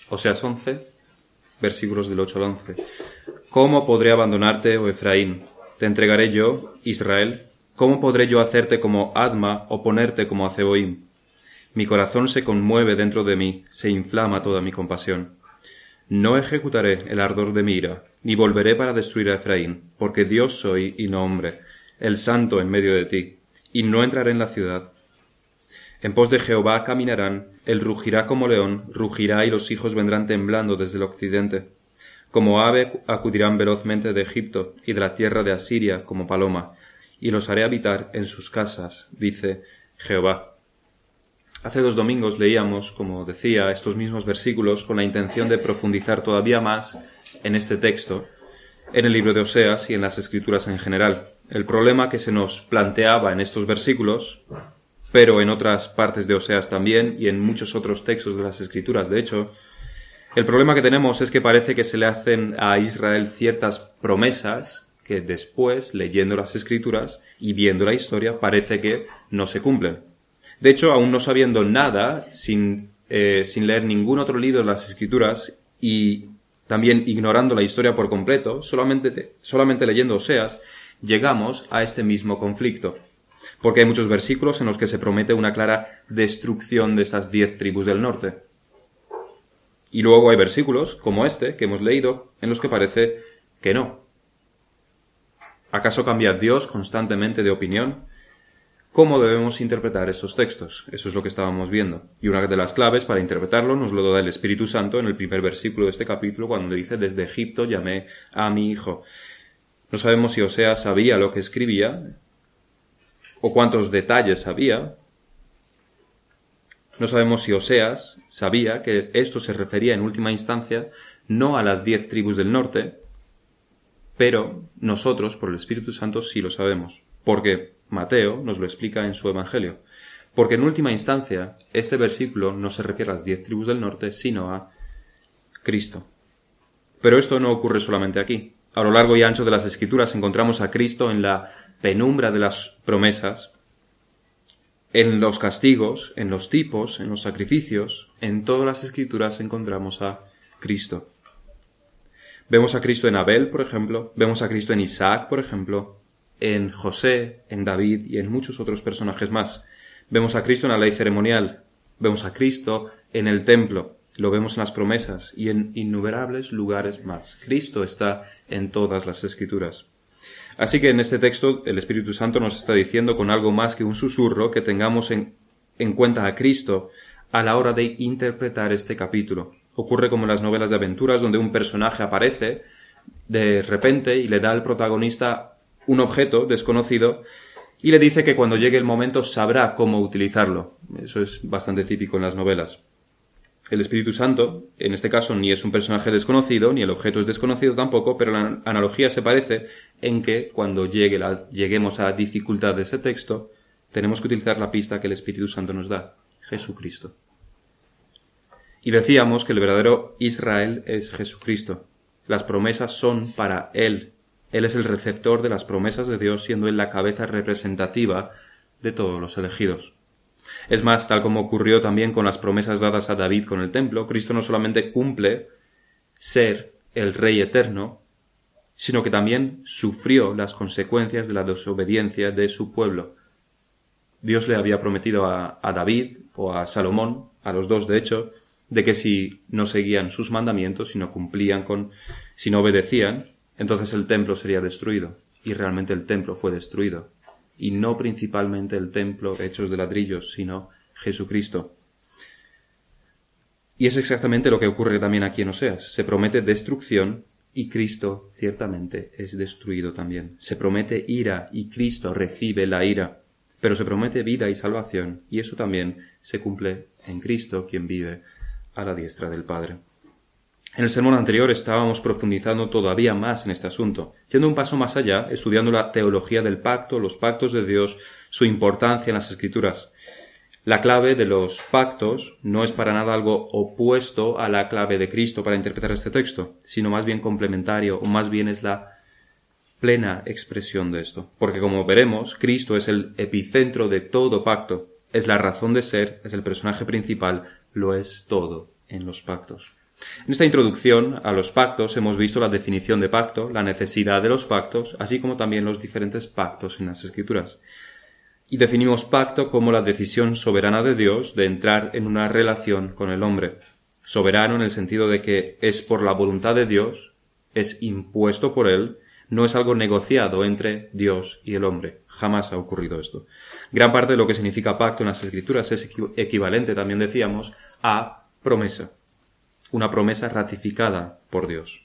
Oseas 11, versículos del 8 al 11. ¿Cómo podré abandonarte, oh Efraín? Te entregaré yo, Israel. ¿Cómo podré yo hacerte como Adma o ponerte como a Zeboim? Mi corazón se conmueve dentro de mí, se inflama toda mi compasión. No ejecutaré el ardor de mi ira, ni volveré para destruir a Efraín, porque Dios soy y no hombre, el santo en medio de ti, y no entraré en la ciudad. En pos de Jehová caminarán, él rugirá como león, rugirá y los hijos vendrán temblando desde el occidente. Como ave acudirán velozmente de Egipto y de la tierra de Asiria como paloma, y los haré habitar en sus casas, dice Jehová. Hace 2 domingos leíamos, como decía, estos mismos versículos con la intención de profundizar todavía más en este texto, en el libro de Oseas y en las Escrituras en general. El problema que se nos planteaba en estos versículos, pero en otras partes de Oseas también y en muchos otros textos de las Escrituras, de hecho, el problema que tenemos es que parece que se le hacen a Israel ciertas promesas que después, leyendo las Escrituras y viendo la historia, parece que no se cumplen. De hecho, aún no sabiendo nada, sin leer ningún otro libro de las Escrituras y también ignorando la historia por completo, solamente leyendo Oseas, llegamos a este mismo conflicto. Porque hay muchos versículos en los que se promete una clara destrucción de estas 10 tribus del norte. Y luego hay versículos, como este, que hemos leído, en los que parece que no. ¿Acaso cambia Dios constantemente de opinión? ¿Cómo debemos interpretar estos textos? Eso es lo que estábamos viendo. Y una de las claves para interpretarlo nos lo da el Espíritu Santo en el primer versículo de este capítulo, cuando dice: desde Egipto llamé a mi hijo. No sabemos si Oseas sabía lo que escribía, o cuántos detalles sabía. No sabemos si Oseas sabía que esto se refería en última instancia no a las 10 tribus del norte, pero nosotros, por el Espíritu Santo, sí lo sabemos. Porque Mateo nos lo explica en su Evangelio. Porque en última instancia, este versículo no se refiere a las 10 tribus del norte, sino a Cristo. Pero esto no ocurre solamente aquí. A lo largo y ancho de las Escrituras encontramos a Cristo en la penumbra de las promesas, en los castigos, en los tipos, en los sacrificios. En todas las Escrituras encontramos a Cristo. Vemos a Cristo en Abel, por ejemplo. Vemos a Cristo en Isaac, por ejemplo. En José, en David y en muchos otros personajes más. Vemos a Cristo en la ley ceremonial. Vemos a Cristo en el templo. Lo vemos en las promesas y en innumerables lugares más. Cristo está en todas las Escrituras. Así que en este texto el Espíritu Santo nos está diciendo con algo más que un susurro que tengamos en cuenta a Cristo a la hora de interpretar este capítulo. Ocurre como en las novelas de aventuras, donde un personaje aparece de repente y le da al protagonista un objeto desconocido y le dice que cuando llegue el momento sabrá cómo utilizarlo. Eso es bastante típico en las novelas. El Espíritu Santo, en este caso, ni es un personaje desconocido, ni el objeto es desconocido tampoco, pero la analogía se parece en que cuando lleguemos a la dificultad de ese texto, tenemos que utilizar la pista que el Espíritu Santo nos da: Jesucristo. Y decíamos que el verdadero Israel es Jesucristo. Las promesas son para Él. Él es el receptor de las promesas de Dios, siendo Él la cabeza representativa de todos los elegidos. Es más, tal como ocurrió también con las promesas dadas a David con el templo, Cristo no solamente cumple ser el Rey eterno, sino que también sufrió las consecuencias de la desobediencia de su pueblo. Dios le había prometido a David o a Salomón, a los dos de hecho, de que si no seguían sus mandamientos, si no obedecían, entonces el templo sería destruido. Y realmente el templo fue destruido. Y no principalmente el templo hecho de ladrillos, sino Jesucristo. Y es exactamente lo que ocurre también aquí en Oseas. Se promete destrucción y Cristo ciertamente es destruido también. Se promete ira y Cristo recibe la ira. Pero se promete vida y salvación, y eso también se cumple en Cristo, quien vive a la diestra del Padre. En el sermón anterior estábamos profundizando todavía más en este asunto, yendo un paso más allá, estudiando la teología del pacto, los pactos de Dios, su importancia en las Escrituras. La clave de los pactos no es para nada algo opuesto a la clave de Cristo para interpretar este texto, sino más bien complementario, o más bien es la plena expresión de esto. Porque como veremos, Cristo es el epicentro de todo pacto, es la razón de ser, es el personaje principal, lo es todo en los pactos. En esta introducción a los pactos hemos visto la definición de pacto, la necesidad de los pactos, así como también los diferentes pactos en las Escrituras. Y definimos pacto como la decisión soberana de Dios de entrar en una relación con el hombre. Soberano en el sentido de que es por la voluntad de Dios, es impuesto por Él, no es algo negociado entre Dios y el hombre. Jamás ha ocurrido esto. Gran parte de lo que significa pacto en las Escrituras es equivalente, también decíamos, a promesa. Una promesa ratificada por Dios.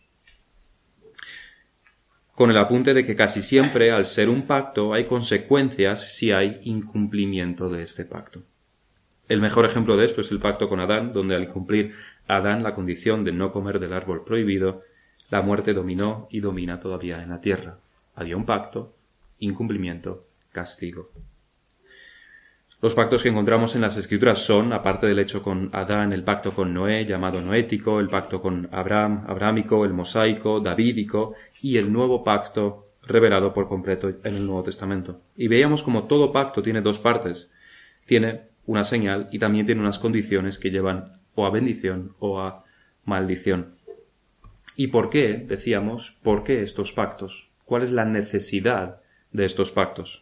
Con el apunte de que casi siempre, al ser un pacto, hay consecuencias si hay incumplimiento de este pacto. El mejor ejemplo de esto es el pacto con Adán, donde al cumplir Adán la condición de no comer del árbol prohibido, la muerte dominó y domina todavía en la tierra. Había un pacto, incumplimiento, castigo. Los pactos que encontramos en las Escrituras son, aparte del hecho con Adán, el pacto con Noé, llamado noético, el pacto con Abraham, abrámico, el mosaico, davídico, y el nuevo pacto revelado por completo en el Nuevo Testamento. Y veíamos como todo pacto tiene dos partes. Tiene una señal y también tiene unas condiciones que llevan o a bendición o a maldición. ¿Y por qué, decíamos, por qué estos pactos? ¿Cuál es la necesidad de estos pactos?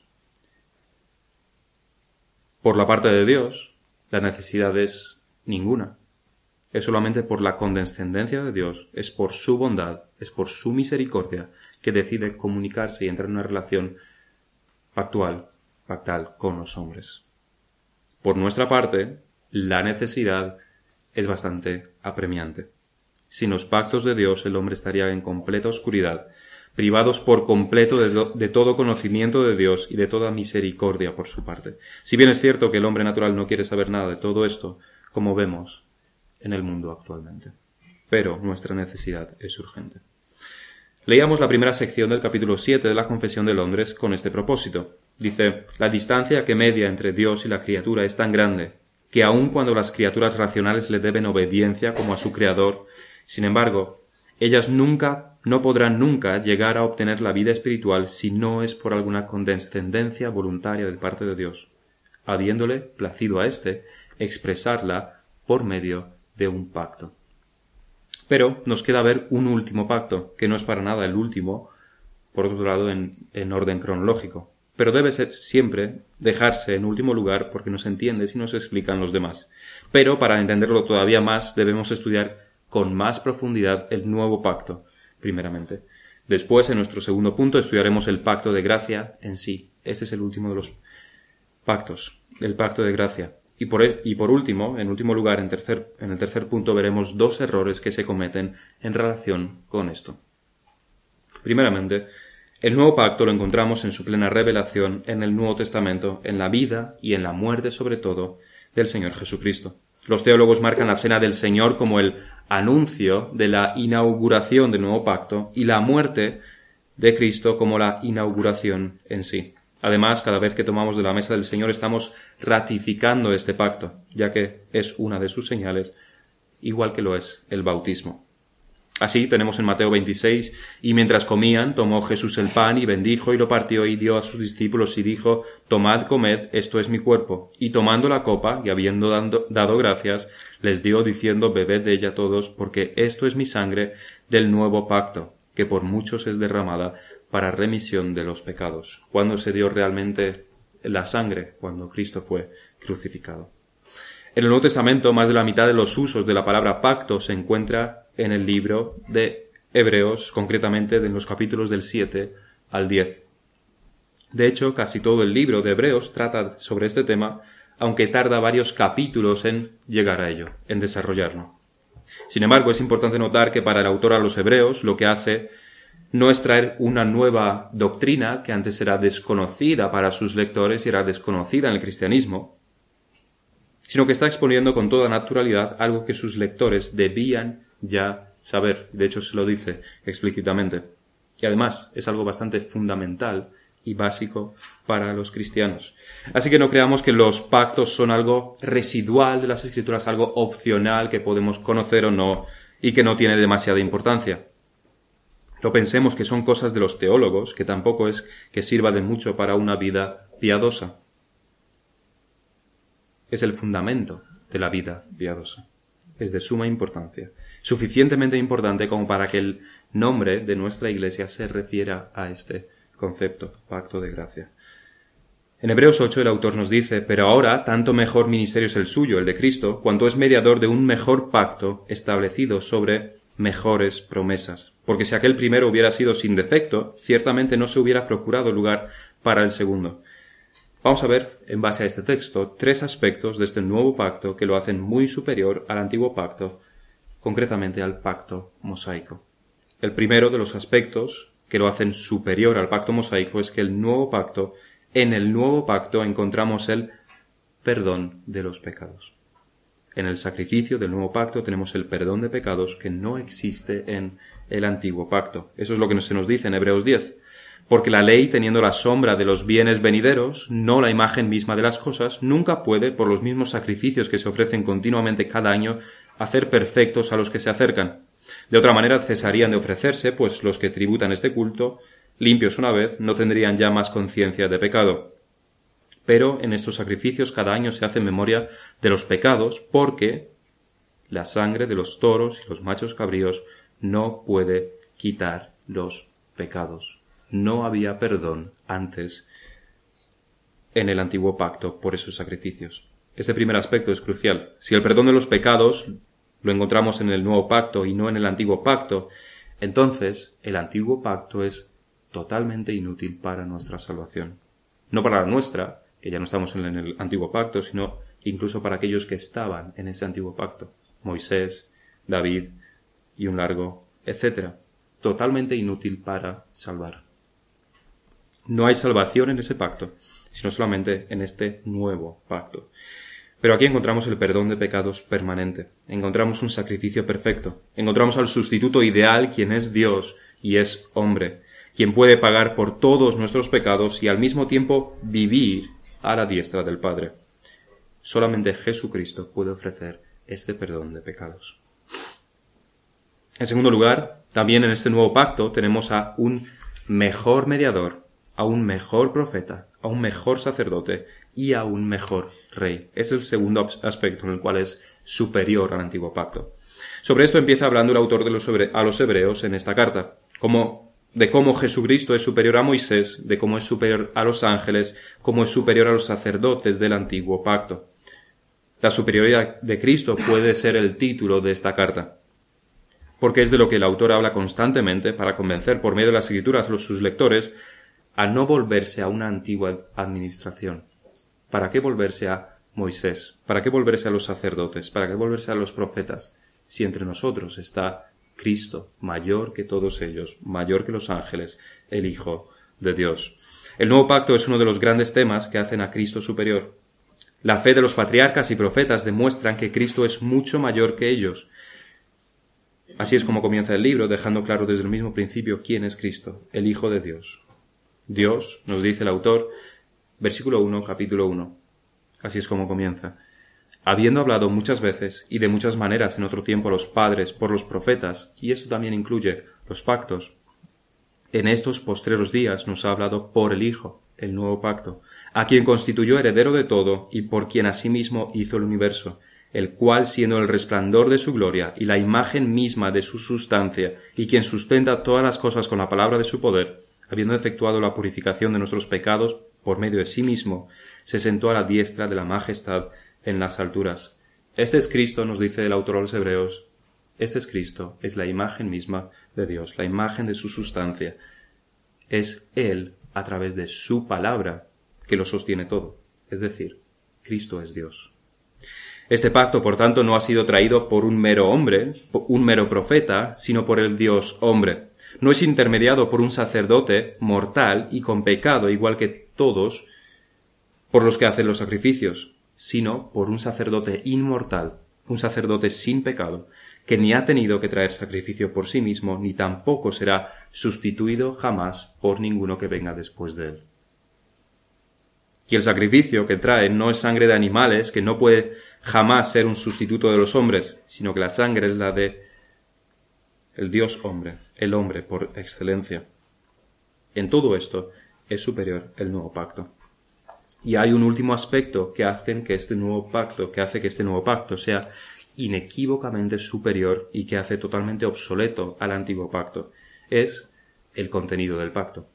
Por la parte de Dios, la necesidad es ninguna. Es solamente por la condescendencia de Dios, es por su bondad, es por su misericordia, que decide comunicarse y entrar en una relación pactal con los hombres. Por nuestra parte, la necesidad es bastante apremiante. Sin los pactos de Dios, el hombre estaría en completa oscuridad, privados por completo de todo conocimiento de Dios y de toda misericordia por su parte. Si bien es cierto que el hombre natural no quiere saber nada de todo esto, como vemos en el mundo actualmente. Pero nuestra necesidad es urgente. Leíamos la primera sección del capítulo 7 de la Confesión de Londres con este propósito. Dice: la distancia que media entre Dios y la criatura es tan grande que aun cuando las criaturas racionales le deben obediencia como a su Creador, sin embargo, ellas no podrán nunca llegar a obtener la vida espiritual si no es por alguna condescendencia voluntaria de parte de Dios, habiéndole placido a éste expresarla por medio de un pacto. Pero nos queda ver un último pacto, que no es para nada el último, por otro lado en orden cronológico, pero debe ser siempre dejarse en último lugar porque no se entiende si no se explican los demás. Pero para entenderlo todavía más debemos estudiar con más profundidad el nuevo pacto, primeramente. Después, en nuestro segundo punto, estudiaremos el pacto de gracia en sí. Este es el último de los pactos, el pacto de gracia. Y por último, en último lugar, en el tercer punto, veremos dos errores que se cometen en relación con esto. Primeramente, el nuevo pacto lo encontramos en su plena revelación en el Nuevo Testamento, en la vida y en la muerte, sobre todo, del Señor Jesucristo. Los teólogos marcan la cena del Señor como el anuncio de la inauguración del nuevo pacto y la muerte de Cristo como la inauguración en sí. Además, cada vez que tomamos de la mesa del Señor estamos ratificando este pacto, ya que es una de sus señales, igual que lo es el bautismo. Así tenemos en Mateo 26, y mientras comían, tomó Jesús el pan y bendijo y lo partió y dio a sus discípulos y dijo: tomad, comed, esto es mi cuerpo. Y tomando la copa, y habiendo dado gracias, les dio diciendo: bebed de ella todos, porque esto es mi sangre del nuevo pacto, que por muchos es derramada para remisión de los pecados. ¿Cuándo se dio realmente la sangre? Cuando Cristo fue crucificado. En el Nuevo Testamento, más de la mitad de los usos de la palabra pacto se encuentra en el libro de Hebreos, concretamente en los capítulos del 7 al 10. De hecho, casi todo el libro de Hebreos trata sobre este tema, aunque tarda varios capítulos en llegar a ello, en desarrollarlo. Sin embargo, es importante notar que para el autor a los Hebreos lo que hace no es traer una nueva doctrina que antes era desconocida para sus lectores y era desconocida en el cristianismo, sino que está exponiendo con toda naturalidad algo que sus lectores debían ya saber. De hecho, se lo dice explícitamente. Y además es algo bastante fundamental y básico para los cristianos. Así que no creamos que los pactos son algo residual de las Escrituras, algo opcional que podemos conocer o no y que no tiene demasiada importancia. No pensemos que son cosas de los teólogos, que tampoco es que sirva de mucho para una vida piadosa. Es el fundamento de la vida piadosa. es de suma importancia, suficientemente importante como para que el nombre de nuestra Iglesia se refiera a este concepto, pacto de gracia. En Hebreos 8 el autor nos dice: pero ahora tanto mejor ministerio es el suyo, el de Cristo, cuanto es mediador de un mejor pacto establecido sobre mejores promesas. Porque si aquel primero hubiera sido sin defecto, ciertamente no se hubiera procurado lugar para el segundo. Vamos a ver, en base a este texto, 3 aspectos de este nuevo pacto que lo hacen muy superior al antiguo pacto, concretamente al pacto mosaico. El primero de los aspectos que lo hacen superior al pacto mosaico es que en el nuevo pacto encontramos el perdón de los pecados. En el sacrificio del nuevo pacto tenemos el perdón de pecados que no existe en el antiguo pacto. Eso es lo que se nos dice en Hebreos 10. Porque la ley, teniendo la sombra de los bienes venideros, no la imagen misma de las cosas, nunca puede, por los mismos sacrificios que se ofrecen continuamente cada año, hacer perfectos a los que se acercan. De otra manera cesarían de ofrecerse, pues los que tributan este culto, limpios una vez, no tendrían ya más conciencia de pecado. Pero en estos sacrificios cada año se hace memoria de los pecados, porque la sangre de los toros y los machos cabríos no puede quitar los pecados. No había perdón antes en el antiguo pacto por esos sacrificios. Este primer aspecto es crucial. Si el perdón de los pecados lo encontramos en el nuevo pacto y no en el antiguo pacto, entonces el antiguo pacto es totalmente inútil para nuestra salvación. No para la nuestra, que ya no estamos en el antiguo pacto, sino incluso para aquellos que estaban en ese antiguo pacto. Moisés, David y un largo, etcétera. Totalmente inútil para salvar. No hay salvación en ese pacto, sino solamente en este nuevo pacto. Pero aquí encontramos el perdón de pecados permanente. Encontramos un sacrificio perfecto. Encontramos al sustituto ideal, quien es Dios y es hombre, quien puede pagar por todos nuestros pecados y al mismo tiempo vivir a la diestra del Padre. Solamente Jesucristo puede ofrecer este perdón de pecados. En segundo lugar, también en este nuevo pacto tenemos a un mejor mediador, a un mejor profeta, a un mejor sacerdote y a un mejor rey. Es el segundo aspecto en el cual es superior al antiguo pacto. Sobre esto empieza hablando el autor a los hebreos en esta carta, de cómo Jesucristo es superior a Moisés, de cómo es superior a los ángeles, cómo es superior a los sacerdotes del antiguo pacto. La superioridad de Cristo puede ser el título de esta carta, porque es de lo que el autor habla constantemente para convencer por medio de las Escrituras a sus lectores a no volverse a una antigua administración. ¿Para qué volverse a Moisés? ¿Para qué volverse a los sacerdotes? ¿Para qué volverse a los profetas? Si entre nosotros está Cristo, mayor que todos ellos, mayor que los ángeles, el Hijo de Dios. El nuevo pacto es uno de los grandes temas que hacen a Cristo superior. La fe de los patriarcas y profetas demuestran que Cristo es mucho mayor que ellos. Así es como comienza el libro, dejando claro desde el mismo principio quién es Cristo, el Hijo de Dios. Dios, nos dice el autor, versículo 1, capítulo 1. Así es como comienza. Habiendo hablado muchas veces y de muchas maneras en otro tiempo a los padres por los profetas, y esto también incluye los pactos, en estos postreros días nos ha hablado por el Hijo, el nuevo pacto, a quien constituyó heredero de todo y por quien asimismo hizo el universo, el cual, siendo el resplandor de su gloria y la imagen misma de su sustancia, y quien sustenta todas las cosas con la palabra de su poder, habiendo efectuado la purificación de nuestros pecados por medio de sí mismo, se sentó a la diestra de la majestad en las alturas. Este es Cristo, nos dice el autor a los Hebreos. Este es Cristo, es la imagen misma de Dios, la imagen de su sustancia. Es Él, a través de su palabra, que lo sostiene todo. Es decir, Cristo es Dios. Este pacto, por tanto, no ha sido traído por un mero hombre, un mero profeta, sino por el Dios hombre. No es intermediado por un sacerdote mortal y con pecado, igual que todos, por los que hacen los sacrificios, sino por un sacerdote inmortal, un sacerdote sin pecado, que ni ha tenido que traer sacrificio por sí mismo, ni tampoco será sustituido jamás por ninguno que venga después de él. Y el sacrificio que trae no es sangre de animales, que no puede jamás ser un sustituto de los hombres, sino que la sangre es la de el Dios hombre, el hombre por excelencia. En todo esto es superior el nuevo pacto. Y hay un último aspecto que hace que este nuevo pacto sea inequívocamente superior y que hace totalmente obsoleto al antiguo pacto. Es el contenido del pacto.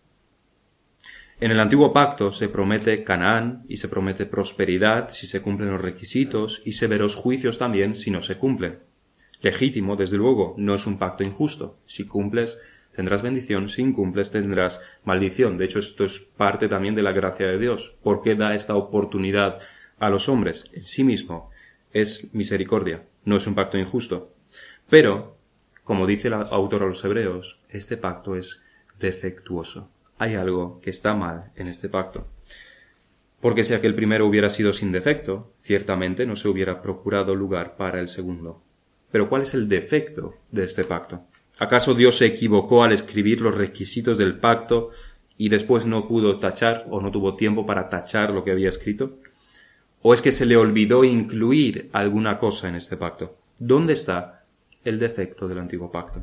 En el antiguo pacto se promete Canaán y se promete prosperidad si se cumplen los requisitos y severos juicios también si no se cumplen. Legítimo, desde luego, no es un pacto injusto. Si cumples, tendrás bendición, si incumples, tendrás maldición. De hecho, esto es parte también de la gracia de Dios. ¿Por qué da esta oportunidad a los hombres? En sí mismo es misericordia, no es un pacto injusto. Pero, como dice el autor a los Hebreos, este pacto es defectuoso. Hay algo que está mal en este pacto. Porque si aquel primero hubiera sido sin defecto, ciertamente no se hubiera procurado lugar para el segundo. Pero ¿cuál es el defecto de este pacto? ¿Acaso Dios se equivocó al escribir los requisitos del pacto y después no pudo tachar o no tuvo tiempo para tachar lo que había escrito? ¿O es que se le olvidó incluir alguna cosa en este pacto? ¿Dónde está el defecto del antiguo pacto?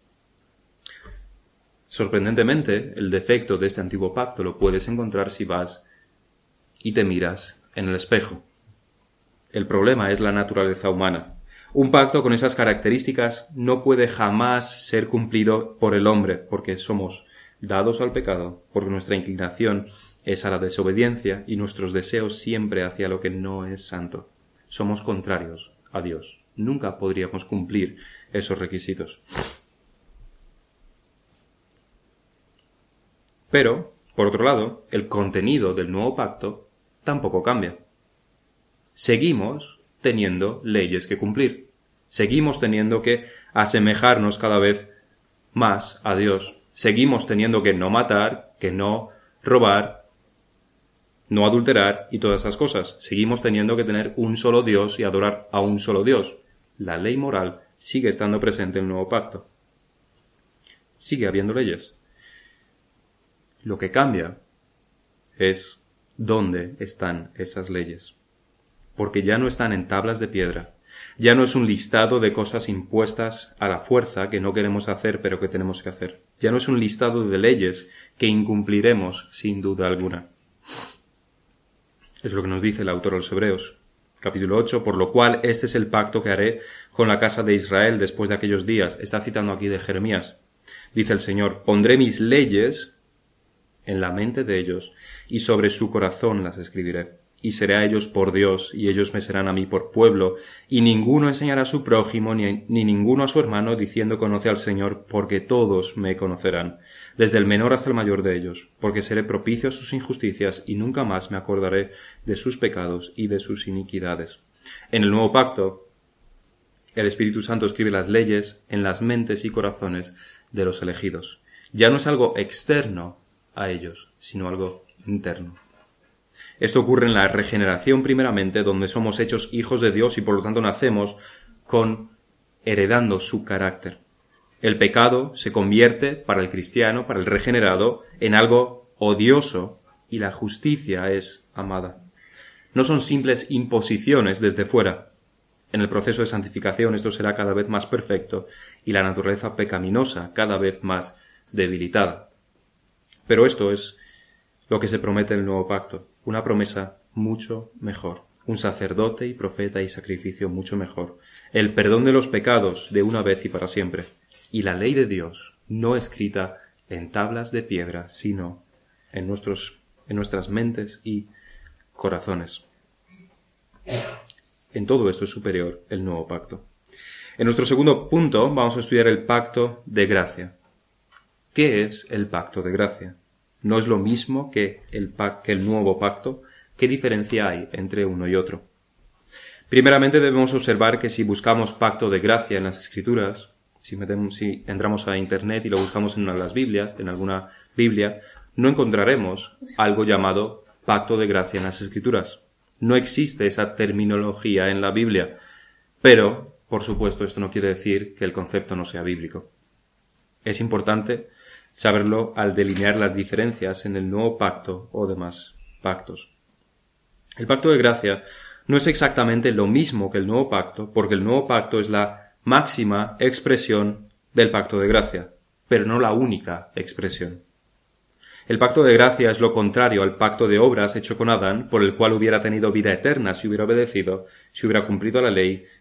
Sorprendentemente, el defecto de este antiguo pacto lo puedes encontrar si vas y te miras en el espejo. El problema es la naturaleza humana. Un pacto con esas características no puede jamás ser cumplido por el hombre, porque somos dados al pecado, porque nuestra inclinación es a la desobediencia y nuestros deseos siempre hacia lo que no es santo. Somos contrarios a Dios. Nunca podríamos cumplir esos requisitos. Pero, por otro lado, el contenido del nuevo pacto tampoco cambia. Seguimos teniendo leyes que cumplir. Seguimos teniendo que asemejarnos cada vez más a Dios. Seguimos teniendo que no matar, que no robar, no adulterar y todas esas cosas. Seguimos teniendo que tener un solo Dios y adorar a un solo Dios. La ley moral sigue estando presente en el nuevo pacto. Sigue habiendo leyes. Lo que cambia es dónde están esas leyes. Porque ya no están en tablas de piedra. Ya no es un listado de cosas impuestas a la fuerza que no queremos hacer pero que tenemos que hacer. Ya no es un listado de leyes que incumpliremos sin duda alguna. Es lo que nos dice el autor a los Hebreos. Capítulo 8, por lo cual este es el pacto que haré con la casa de Israel después de aquellos días. Está citando aquí de Jeremías. Dice el Señor, pondré mis leyes en la mente de ellos, y sobre su corazón las escribiré. Y seré a ellos por Dios, y ellos me serán a mí por pueblo, y ninguno enseñará a su prójimo, ni ninguno a su hermano, diciendo conoce al Señor, porque todos me conocerán, desde el menor hasta el mayor de ellos, porque seré propicio a sus injusticias, y nunca más me acordaré de sus pecados y de sus iniquidades. En el nuevo pacto, el Espíritu Santo escribe las leyes en las mentes y corazones de los elegidos. Ya no es algo externo a ellos, sino algo interno. Esto ocurre en la regeneración primeramente, donde somos hechos hijos de Dios y por lo tanto nacemos heredando su carácter. El pecado se convierte para el cristiano, para el regenerado, en algo odioso y la justicia es amada. No son simples imposiciones desde fuera. En el proceso de santificación esto será cada vez más perfecto y la naturaleza pecaminosa cada vez más debilitada. Pero esto es lo que se promete en el nuevo pacto, una promesa mucho mejor, un sacerdote y profeta y sacrificio mucho mejor, el perdón de los pecados de una vez y para siempre, y la ley de Dios no escrita en tablas de piedra, sino en nuestras mentes y corazones. En todo esto es superior el nuevo pacto. En nuestro segundo punto vamos a estudiar el pacto de gracia. ¿Qué es el pacto de gracia? ¿No es lo mismo que el nuevo pacto? ¿Qué diferencia hay entre uno y otro? Primeramente debemos observar que si buscamos pacto de gracia en las Escrituras, si entramos a Internet y lo buscamos en una de las Biblias, en alguna Biblia, no encontraremos algo llamado pacto de gracia en las Escrituras. No existe esa terminología en la Biblia. Pero, por supuesto, esto no quiere decir que el concepto no sea bíblico. Es importante saberlo al delinear las diferencias en el nuevo pacto o demás pactos. El pacto de gracia no es exactamente lo mismo que el nuevo pacto, porque el nuevo pacto es la máxima expresión del pacto de gracia, pero no la única expresión. El pacto de gracia es lo contrario al pacto de obras hecho con Adán, por el cual hubiera tenido vida eterna si hubiera obedecido, si hubiera cumplido la ley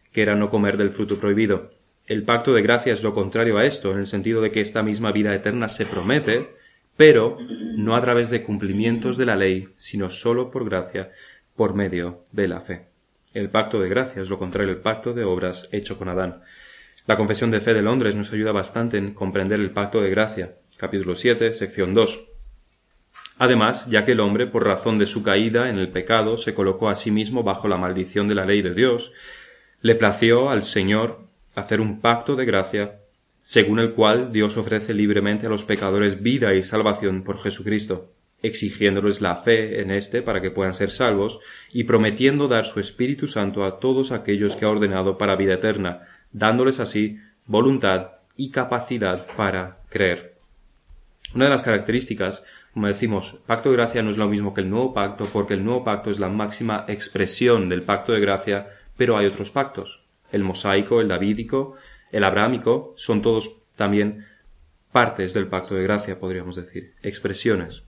que era no comer del fruto prohibido. El pacto de gracia es lo contrario a esto, en el sentido de que esta misma vida eterna se promete, pero no a través de cumplimientos de la ley, sino solo por gracia, por medio de la fe. El pacto de gracia es lo contrario al pacto de obras hecho con Adán. La Confesión de Fe de Londres nos ayuda bastante en comprender el pacto de gracia, capítulo 7, sección 2. Además, ya que el hombre, por razón de su caída en el pecado, se colocó a sí mismo bajo la maldición de la ley de Dios, le plació al Señor hacer un pacto de gracia, según el cual Dios ofrece libremente a los pecadores vida y salvación por Jesucristo, exigiéndoles la fe en éste para que puedan ser salvos, y prometiendo dar su Espíritu Santo a todos aquellos que ha ordenado para vida eterna, dándoles así voluntad y capacidad para creer. Una de las características, como decimos, pacto de gracia no es lo mismo que el nuevo pacto, porque el nuevo pacto es la máxima expresión del pacto de gracia, pero hay otros pactos. El mosaico, el davídico, el abrahámico, son todos también partes del pacto de gracia, podríamos decir, expresiones.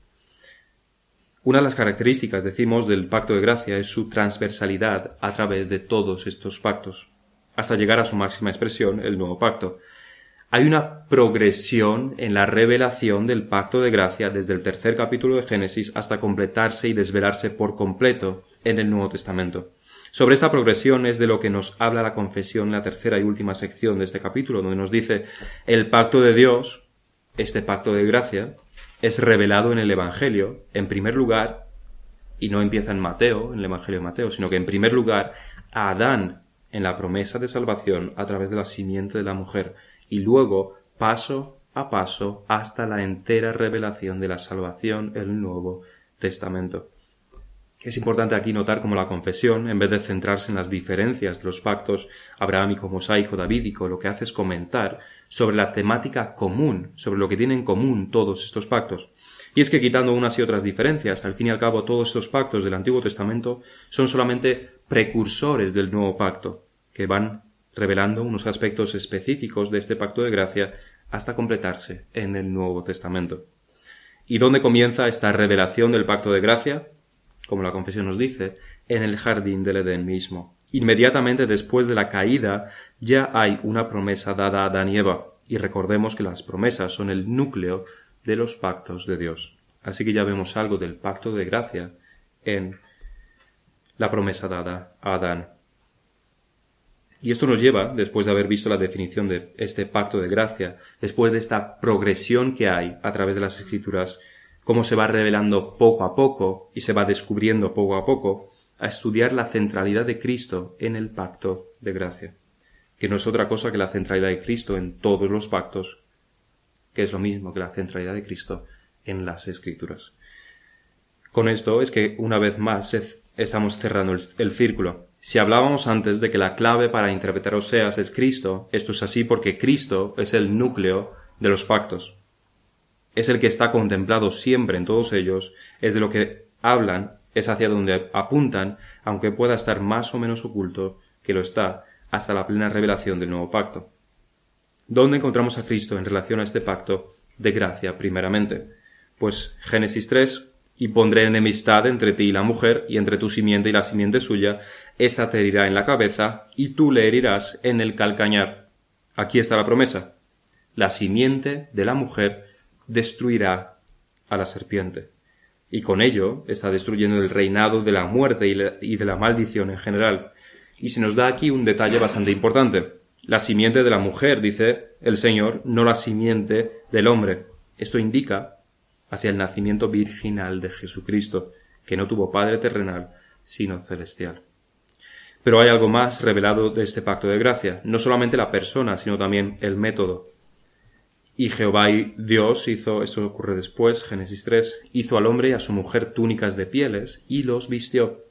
Una de las características, decimos, del pacto de gracia es su transversalidad a través de todos estos pactos, hasta llegar a su máxima expresión, el nuevo pacto. Hay una progresión en la revelación del pacto de gracia desde el 3er capítulo de Génesis hasta completarse y desvelarse por completo en el Nuevo Testamento. Sobre esta progresión es de lo que nos habla la confesión en la 3ª y última sección de este capítulo, donde nos dice: el pacto de Dios, este pacto de gracia, es revelado en el Evangelio, en primer lugar, y no empieza en Mateo, en el Evangelio de Mateo, sino que en primer lugar a Adán en la promesa de salvación a través de la simiente de la mujer, y luego paso a paso hasta la entera revelación de la salvación en el Nuevo Testamento. Es importante aquí notar cómo la confesión, en vez de centrarse en las diferencias de los pactos abrahámico, mosaico, davídico, lo que hace es comentar sobre la temática común, sobre lo que tienen en común todos estos pactos. Y es que quitando unas y otras diferencias, al fin y al cabo todos estos pactos del Antiguo Testamento son solamente precursores del Nuevo Pacto, que van revelando unos aspectos específicos de este pacto de gracia hasta completarse en el Nuevo Testamento. ¿Y dónde comienza esta revelación del pacto de gracia? Como la confesión nos dice, en el jardín del Edén mismo. Inmediatamente después de la caída ya hay una promesa dada a Adán y Eva, y recordemos que las promesas son el núcleo de los pactos de Dios. Así que ya vemos algo del pacto de gracia en la promesa dada a Adán. Y esto nos lleva, después de haber visto la definición de este pacto de gracia, después de esta progresión que hay a través de las Escrituras, cómo se va revelando poco a poco y se va descubriendo poco a poco, a estudiar la centralidad de Cristo en el pacto de gracia, que no es otra cosa que la centralidad de Cristo en todos los pactos, que es lo mismo que la centralidad de Cristo en las Escrituras. Con esto es que una vez más estamos cerrando el círculo. Si hablábamos antes de que la clave para interpretar Oseas es Cristo, esto es así porque Cristo es el núcleo de los pactos. Es el que está contemplado siempre en todos ellos, es de lo que hablan, es hacia donde apuntan, aunque pueda estar más o menos oculto, que lo está, hasta la plena revelación del nuevo pacto. ¿Dónde encontramos a Cristo en relación a este pacto de gracia primeramente? Pues Génesis 3, y pondré enemistad entre ti y la mujer, y entre tu simiente y la simiente suya, ésta te herirá en la cabeza, y tú le herirás en el calcañar. Aquí está la promesa. La simiente de la mujer destruirá a la serpiente. Y con ello está destruyendo el reinado de la muerte y de la maldición en general. Y se nos da aquí un detalle bastante importante. La simiente de la mujer, dice el Señor, no la simiente del hombre. Esto indica hacia el nacimiento virginal de Jesucristo, que no tuvo padre terrenal, sino celestial. Pero hay algo más revelado de este pacto de gracia. No solamente la persona, sino también el método. Y Jehová Dios hizo, esto ocurre después, Génesis 3, hizo al hombre y a su mujer túnicas de pieles y los vistió.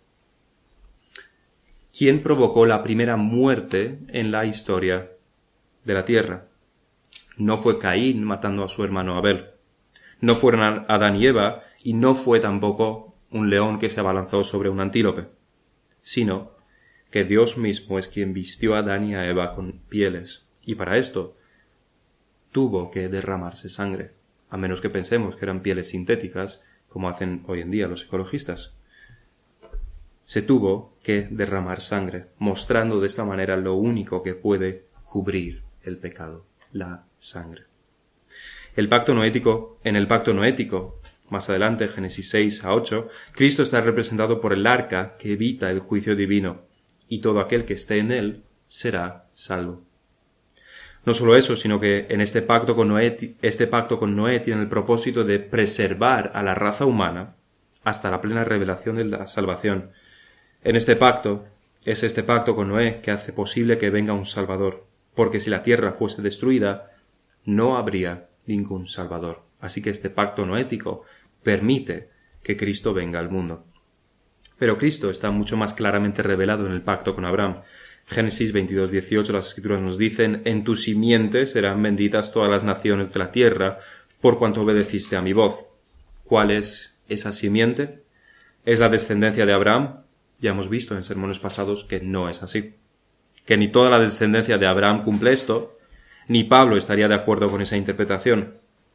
¿Quién provocó la primera muerte en la historia de la tierra? No fue Caín matando a su hermano Abel. No fueron Adán y Eva, y no fue tampoco un león que se abalanzó sobre un antílope, sino que Dios mismo es quien vistió a Adán y a Eva con pieles, y para esto tuvo que derramarse sangre, a menos que pensemos que eran pieles sintéticas, como hacen hoy en día los ecologistas. se tuvo que derramar sangre, mostrando de esta manera lo único que puede cubrir el pecado, la sangre. En el pacto noético, más adelante, Génesis 6 a 8, Cristo está representado por el arca que evita el juicio divino, y todo aquel que esté en él será salvo. No solo eso, sino que en este pacto con Noé tiene el propósito de preservar a la raza humana hasta la plena revelación de la salvación. Es este pacto con Noé que hace posible que venga un Salvador, porque si la tierra fuese destruida, no habría ningún Salvador. Así que este pacto noético permite que Cristo venga al mundo. Pero Cristo está mucho más claramente revelado en el pacto con Abraham. Génesis 22:18, las Escrituras nos dicen: en tu simiente serán benditas todas las naciones de la tierra, por cuanto obedeciste a mi voz. ¿Cuál es esa simiente? ¿Es la descendencia de Abraham? Ya hemos visto en sermones pasados que no es así. Que ni toda la descendencia de Abraham cumple esto, ni Pablo estaría de acuerdo con esa interpretación.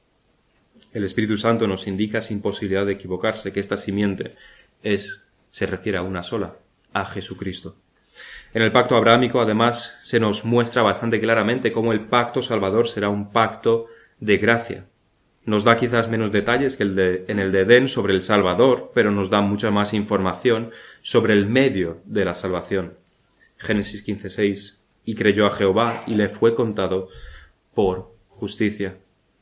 El Espíritu Santo nos indica sin posibilidad de equivocarse que esta simiente se refiere a una sola, a Jesucristo. En el pacto abrahámico, además, se nos muestra bastante claramente cómo el pacto salvador será un pacto de gracia. Nos da quizás menos detalles que en el de Edén sobre el Salvador, pero nos da mucha más información sobre el medio de la salvación. Génesis 15:6, y creyó a Jehová y le fue contado por justicia,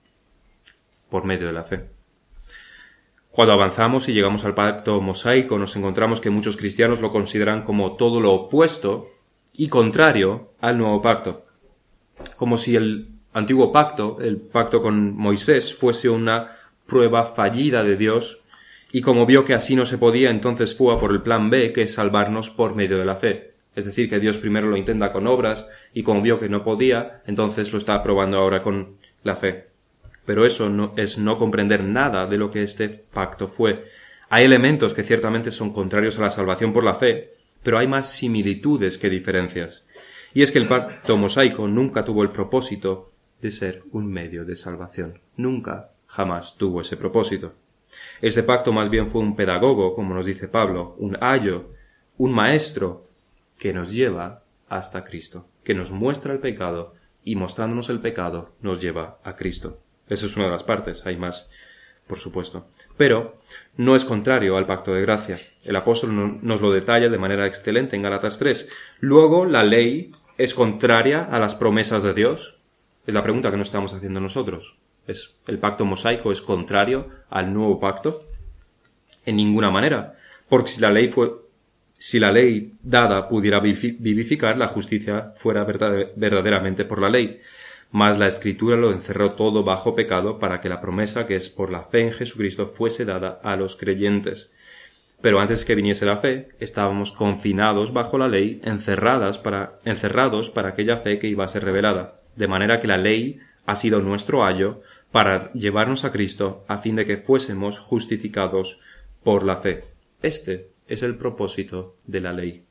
por medio de la fe. Cuando avanzamos y llegamos al pacto mosaico, nos encontramos que muchos cristianos lo consideran como todo lo opuesto y contrario al nuevo pacto. Como si el antiguo pacto, el pacto con Moisés, fuese una prueba fallida de Dios, y como vio que así no se podía, entonces fue a por el plan B, que es salvarnos por medio de la fe. Es decir, que Dios primero lo intenta con obras, y como vio que no podía, entonces lo está probando ahora con la fe. Pero eso no es no comprender nada de lo que este pacto fue. Hay elementos que ciertamente son contrarios a la salvación por la fe, pero hay más similitudes que diferencias. Y es que el pacto mosaico nunca tuvo el propósito de ser un medio de salvación. Nunca, jamás tuvo ese propósito. Este pacto más bien fue un pedagogo, como nos dice Pablo, un ayo, un maestro que nos lleva hasta Cristo, que nos muestra el pecado y mostrándonos el pecado nos lleva a Cristo. Esa es una de las partes, hay más, por supuesto. Pero no es contrario al pacto de gracia. El apóstol nos lo detalla de manera excelente en Gálatas 3. Luego, ¿la ley es contraria a las promesas de Dios? Es la pregunta que nos estamos haciendo nosotros. ¿El pacto mosaico es contrario al nuevo pacto? En ninguna manera. Porque si la ley dada pudiera vivificar, la justicia fuera verdaderamente por la ley. Mas la Escritura lo encerró todo bajo pecado para que la promesa que es por la fe en Jesucristo fuese dada a los creyentes. Pero antes que viniese la fe, estábamos confinados bajo la ley, encerrados para aquella fe que iba a ser revelada. De manera que la ley ha sido nuestro ayo para llevarnos a Cristo a fin de que fuésemos justificados por la fe. Este es el propósito de la ley.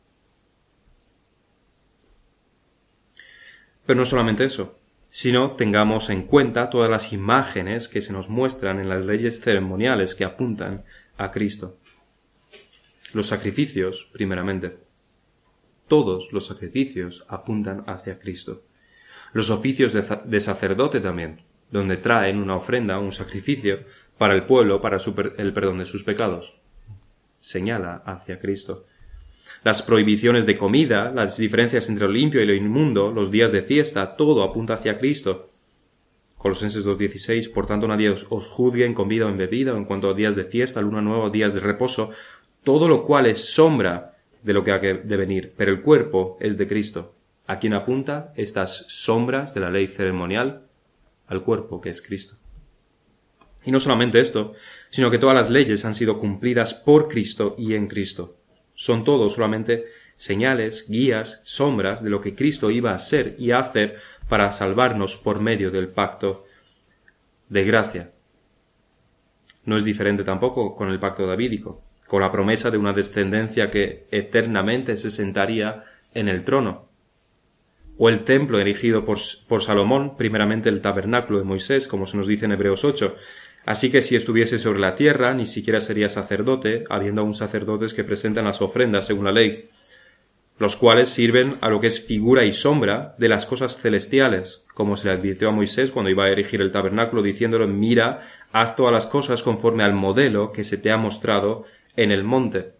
Pero no solamente eso, sino tengamos en cuenta todas las imágenes que se nos muestran en las leyes ceremoniales que apuntan a Cristo. Los sacrificios, primeramente. Todos los sacrificios apuntan hacia Cristo. Los oficios de sacerdote también, donde traen una ofrenda, un sacrificio, para el pueblo, para el perdón de sus pecados. Señala hacia Cristo. Las prohibiciones de comida, las diferencias entre lo limpio y lo inmundo, los días de fiesta, todo apunta hacia Cristo. Colosenses 2:16, por tanto nadie os juzgue en comida o en bebida, o en cuanto a días de fiesta, luna nueva, días de reposo, todo lo cual es sombra de lo que ha de venir, pero el cuerpo es de Cristo. ¿A quién apunta estas sombras de la ley ceremonial? Al cuerpo, que es Cristo. Y no solamente esto, sino que todas las leyes han sido cumplidas por Cristo y en Cristo. Son todos solamente señales, guías, sombras de lo que Cristo iba a ser y a hacer para salvarnos por medio del pacto de gracia. No es diferente tampoco con el pacto davídico, con la promesa de una descendencia que eternamente se sentaría en el trono. O el templo erigido por Salomón, primeramente el tabernáculo de Moisés, como se nos dice en Hebreos 8. Así que si estuviese sobre la tierra, ni siquiera sería sacerdote, habiendo aún sacerdotes que presentan las ofrendas según la ley, los cuales sirven a lo que es figura y sombra de las cosas celestiales, como se le advirtió a Moisés cuando iba a erigir el tabernáculo, diciéndole: mira, haz todas las cosas conforme al modelo que se te ha mostrado en el monte.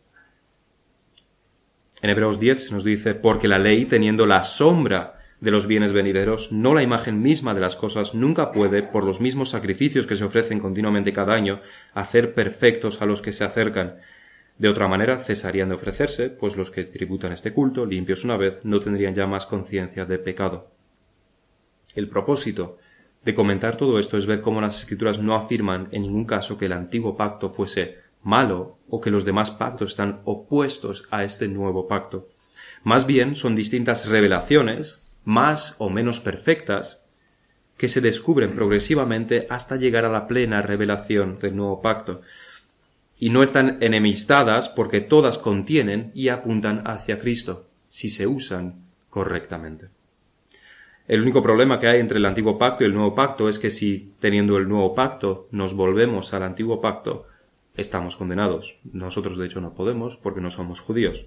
En Hebreos 10 se nos dice: porque la ley, teniendo la sombra de los bienes venideros, no la imagen misma de las cosas, nunca puede, por los mismos sacrificios que se ofrecen continuamente cada año, hacer perfectos a los que se acercan. De otra manera cesarían de ofrecerse, pues los que tributan este culto, limpios una vez, no tendrían ya más conciencia de pecado. El propósito de comentar todo esto es ver cómo las Escrituras no afirman en ningún caso que el antiguo pacto fuese malo o que los demás pactos están opuestos a este nuevo pacto. Más bien son distintas revelaciones, más o menos perfectas, que se descubren progresivamente hasta llegar a la plena revelación del nuevo pacto. Y no están enemistadas porque todas contienen y apuntan hacia Cristo, si se usan correctamente. El único problema que hay entre el antiguo pacto y el nuevo pacto es que si, teniendo el nuevo pacto, nos volvemos al antiguo pacto, estamos condenados. Nosotros, de hecho, no podemos porque no somos judíos.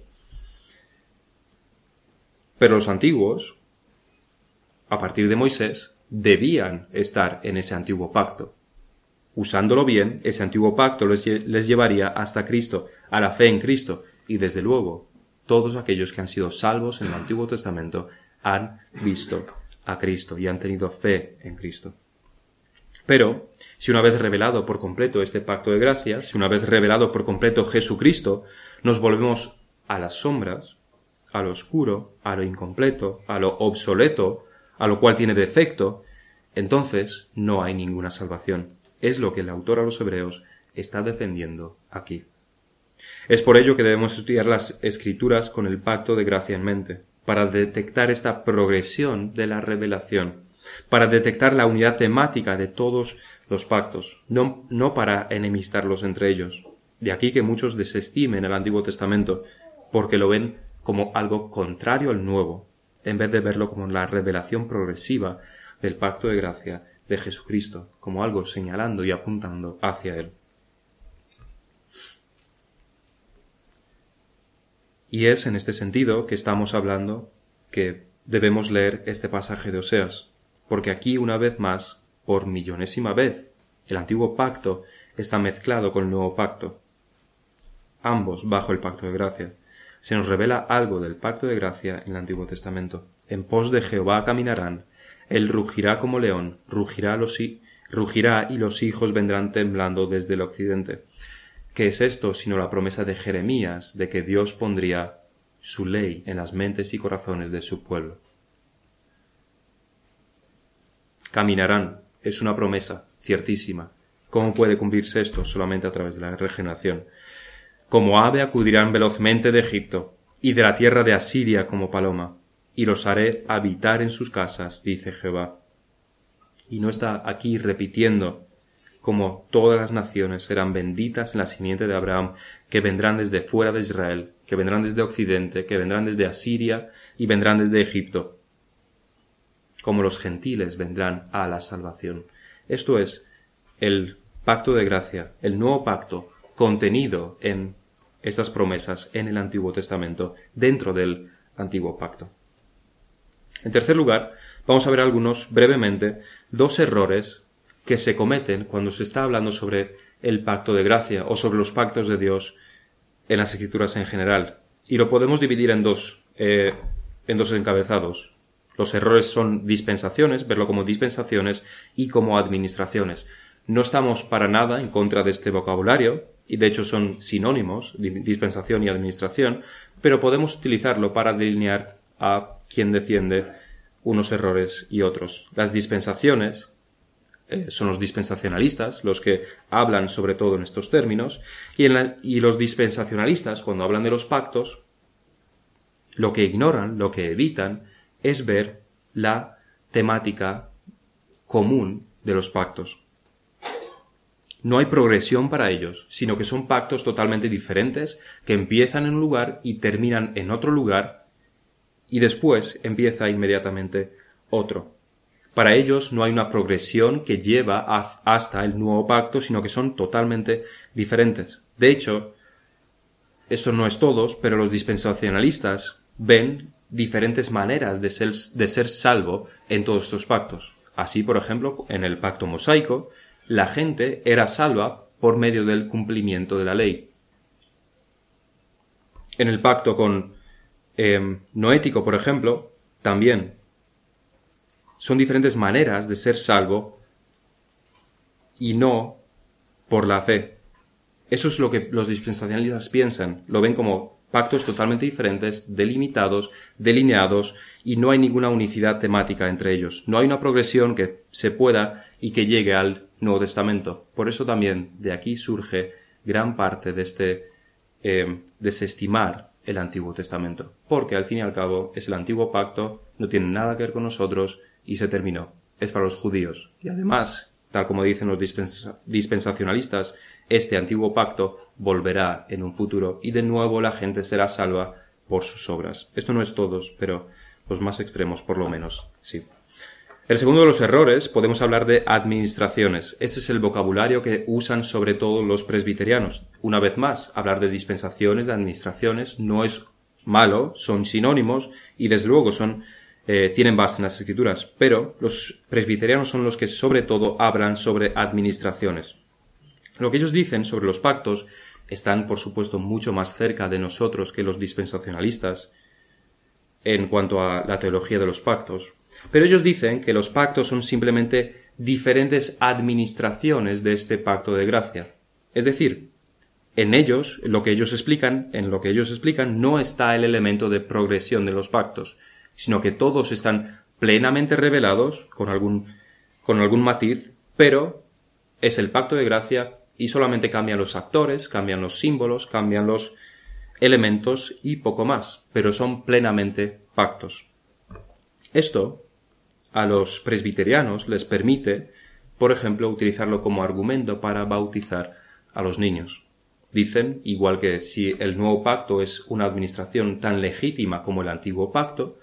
Pero los antiguos, a partir de Moisés, debían estar en ese antiguo pacto. Usándolo bien, ese antiguo pacto les llevaría hasta Cristo, a la fe en Cristo, y desde luego, todos aquellos que han sido salvos en el Antiguo Testamento han visto a Cristo y han tenido fe en Cristo. Pero, si una vez revelado por completo este pacto de gracia, si una vez revelado por completo Jesucristo, nos volvemos a las sombras, a lo oscuro, a lo incompleto, a lo obsoleto, a lo cual tiene defecto, entonces no hay ninguna salvación. Es lo que el autor a los Hebreos está defendiendo aquí. Es por ello que debemos estudiar las Escrituras con el pacto de gracia en mente, para detectar esta progresión de la revelación, para detectar la unidad temática de todos los pactos, no para enemistarlos entre ellos. De aquí que muchos desestimen el Antiguo Testamento, porque lo ven como algo contrario al Nuevo, en vez de verlo como la revelación progresiva del pacto de gracia de Jesucristo, como algo señalando y apuntando hacia Él. Y es en este sentido que estamos hablando que debemos leer este pasaje de Oseas, porque aquí, una vez más, por millonésima vez, el antiguo pacto está mezclado con el nuevo pacto, ambos bajo el pacto de gracia. Se nos revela algo del pacto de gracia en el Antiguo Testamento. En pos de Jehová caminarán, él rugirá como león, rugirá y los hijos vendrán temblando desde el occidente. ¿Qué es esto sino la promesa de Jeremías de que Dios pondría su ley en las mentes y corazones de su pueblo? Caminarán es una promesa ciertísima. ¿Cómo puede cumplirse esto? Solamente a través de la regeneración. Como ave acudirán velozmente de Egipto, y de la tierra de Asiria como paloma, y los haré habitar en sus casas, dice Jehová. Y no está aquí repitiendo como todas las naciones serán benditas en la simiente de Abraham, que vendrán desde fuera de Israel, que vendrán desde Occidente, que vendrán desde Asiria y vendrán desde Egipto. Como los gentiles vendrán a la salvación. Esto es el pacto de gracia, el nuevo pacto contenido en estas promesas en el Antiguo Testamento, dentro del Antiguo Pacto. En tercer lugar, vamos a ver brevemente, dos errores que se cometen cuando se está hablando sobre el pacto de gracia o sobre los pactos de Dios en las Escrituras en general. Y lo podemos dividir en dos encabezados. Los errores son dispensaciones, verlo como dispensaciones y como administraciones. No estamos para nada en contra de este vocabulario, y de hecho son sinónimos, dispensación y administración, pero podemos utilizarlo para delinear a quien defiende unos errores y otros. Las dispensaciones son los dispensacionalistas, los que hablan sobre todo en estos términos, y los dispensacionalistas, cuando hablan de los pactos, lo que ignoran, lo que evitan, es ver la temática común de los pactos. No hay progresión para ellos, sino que son pactos totalmente diferentes, que empiezan en un lugar y terminan en otro lugar, y después empieza inmediatamente otro. Para ellos no hay una progresión que lleva hasta el nuevo pacto, sino que son totalmente diferentes. De hecho, esto no es todos, pero los dispensacionalistas ven diferentes maneras de ser salvo en todos estos pactos. Así, por ejemplo, en el pacto mosaico, la gente era salva por medio del cumplimiento de la ley. En el pacto noético, por ejemplo, también son diferentes maneras de ser salvo y no por la fe. Eso es lo que los dispensacionalistas piensan. Lo ven como pactos totalmente diferentes, delimitados, delineados, y no hay ninguna unicidad temática entre ellos. No hay una progresión que se pueda y que llegue al Nuevo Testamento. Por eso también de aquí surge gran parte de este desestimar el Antiguo Testamento. Porque al fin y al cabo es el Antiguo Pacto, no tiene nada que ver con nosotros y se terminó. Es para los judíos. Y además, tal como dicen los dispensacionalistas, este Antiguo Pacto volverá en un futuro y de nuevo la gente será salva por sus obras. Esto no es todos, pero los más extremos por lo menos, sí. El segundo de los errores, podemos hablar de administraciones. Ese es el vocabulario que usan sobre todo los presbiterianos. Una vez más, hablar de dispensaciones, de administraciones, no es malo, son sinónimos y desde luego tienen base en las Escrituras. Pero los presbiterianos son los que sobre todo hablan sobre administraciones. Lo que ellos dicen sobre los pactos están, por supuesto, mucho más cerca de nosotros que los dispensacionalistas en cuanto a la teología de los pactos. Pero ellos dicen que los pactos son simplemente diferentes administraciones de este pacto de gracia. Es decir, en lo que ellos explican, no está el elemento de progresión de los pactos, sino que todos están plenamente revelados, con algún matiz, pero es el pacto de gracia y solamente cambian los actores, cambian los símbolos, cambian los elementos y poco más, pero son plenamente pactos. Esto a los presbiterianos les permite, por ejemplo, utilizarlo como argumento para bautizar a los niños. Dicen, igual que si el nuevo pacto es una administración tan legítima como el antiguo pacto,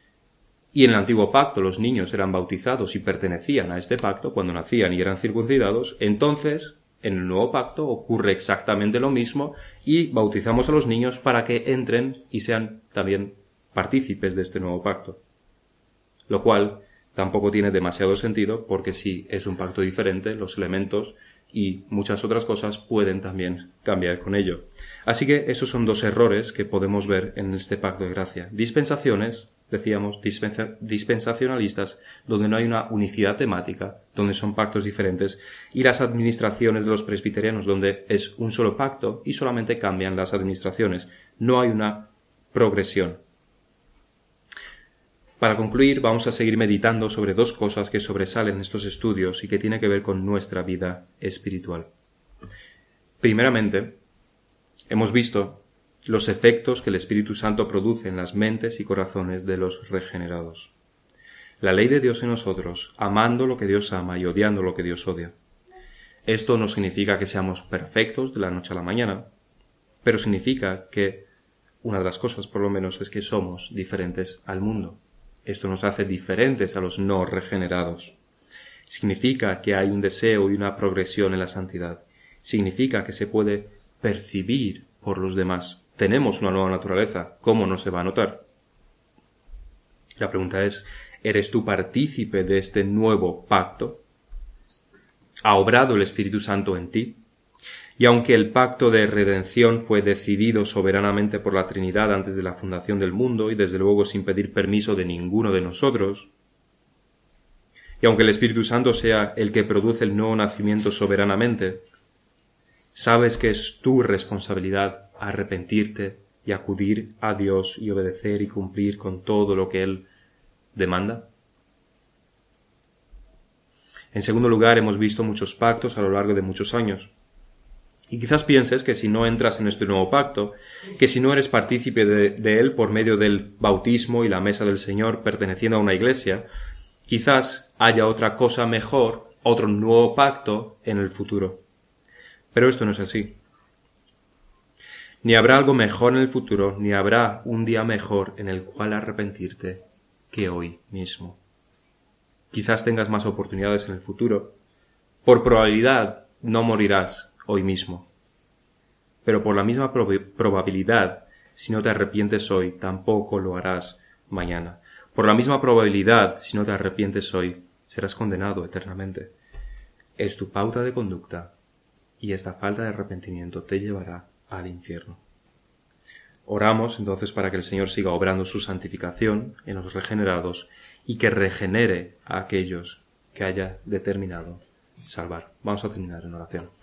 y en el antiguo pacto los niños eran bautizados y pertenecían a este pacto cuando nacían y eran circuncidados, entonces en el nuevo pacto ocurre exactamente lo mismo y bautizamos a los niños para que entren y sean también partícipes de este nuevo pacto. Lo cual tampoco tiene demasiado sentido porque si es un pacto diferente, los elementos y muchas otras cosas pueden también cambiar con ello. Así que esos son dos errores que podemos ver en este pacto de gracia. Dispensaciones, decíamos, dispensacionalistas, donde no hay una unicidad temática, donde son pactos diferentes, y las administraciones de los presbiterianos, donde es un solo pacto y solamente cambian las administraciones. No hay una progresión. Para concluir, vamos a seguir meditando sobre dos cosas que sobresalen en estos estudios y que tienen que ver con nuestra vida espiritual. Primeramente, hemos visto los efectos que el Espíritu Santo produce en las mentes y corazones de los regenerados. La ley de Dios en nosotros, amando lo que Dios ama y odiando lo que Dios odia. Esto no significa que seamos perfectos de la noche a la mañana, pero significa que una de las cosas, por lo menos, es que somos diferentes al mundo. Esto nos hace diferentes a los no regenerados. Significa que hay un deseo y una progresión en la santidad. Significa que se puede percibir por los demás. Tenemos una nueva naturaleza. ¿Cómo no se va a notar? La pregunta es, ¿eres tú partícipe de este nuevo pacto? ¿Ha obrado el Espíritu Santo en ti? Y aunque el pacto de redención fue decidido soberanamente por la Trinidad antes de la fundación del mundo y desde luego sin pedir permiso de ninguno de nosotros, y aunque el Espíritu Santo sea el que produce el nuevo nacimiento soberanamente, sabes que es tu responsabilidad arrepentirte y acudir a Dios y obedecer y cumplir con todo lo que Él demanda. En segundo lugar, hemos visto muchos pactos a lo largo de muchos años. Y quizás pienses que si no entras en este nuevo pacto, que si no eres partícipe de él por medio del bautismo y la mesa del Señor perteneciendo a una iglesia, quizás haya otra cosa mejor, otro nuevo pacto en el futuro. Pero esto no es así. Ni habrá algo mejor en el futuro, ni habrá un día mejor en el cual arrepentirte que hoy mismo. quizás tengas más oportunidades en el futuro. Por probabilidad no morirás hoy mismo. Pero por la misma probabilidad, si no te arrepientes hoy, tampoco lo harás mañana. Por la misma probabilidad, si no te arrepientes hoy, serás condenado eternamente. Es tu pauta de conducta, y esta falta de arrepentimiento te llevará al infierno. Oramos entonces para que el Señor siga obrando su santificación en los regenerados y que regenere a aquellos que haya determinado salvar. Vamos a terminar en oración.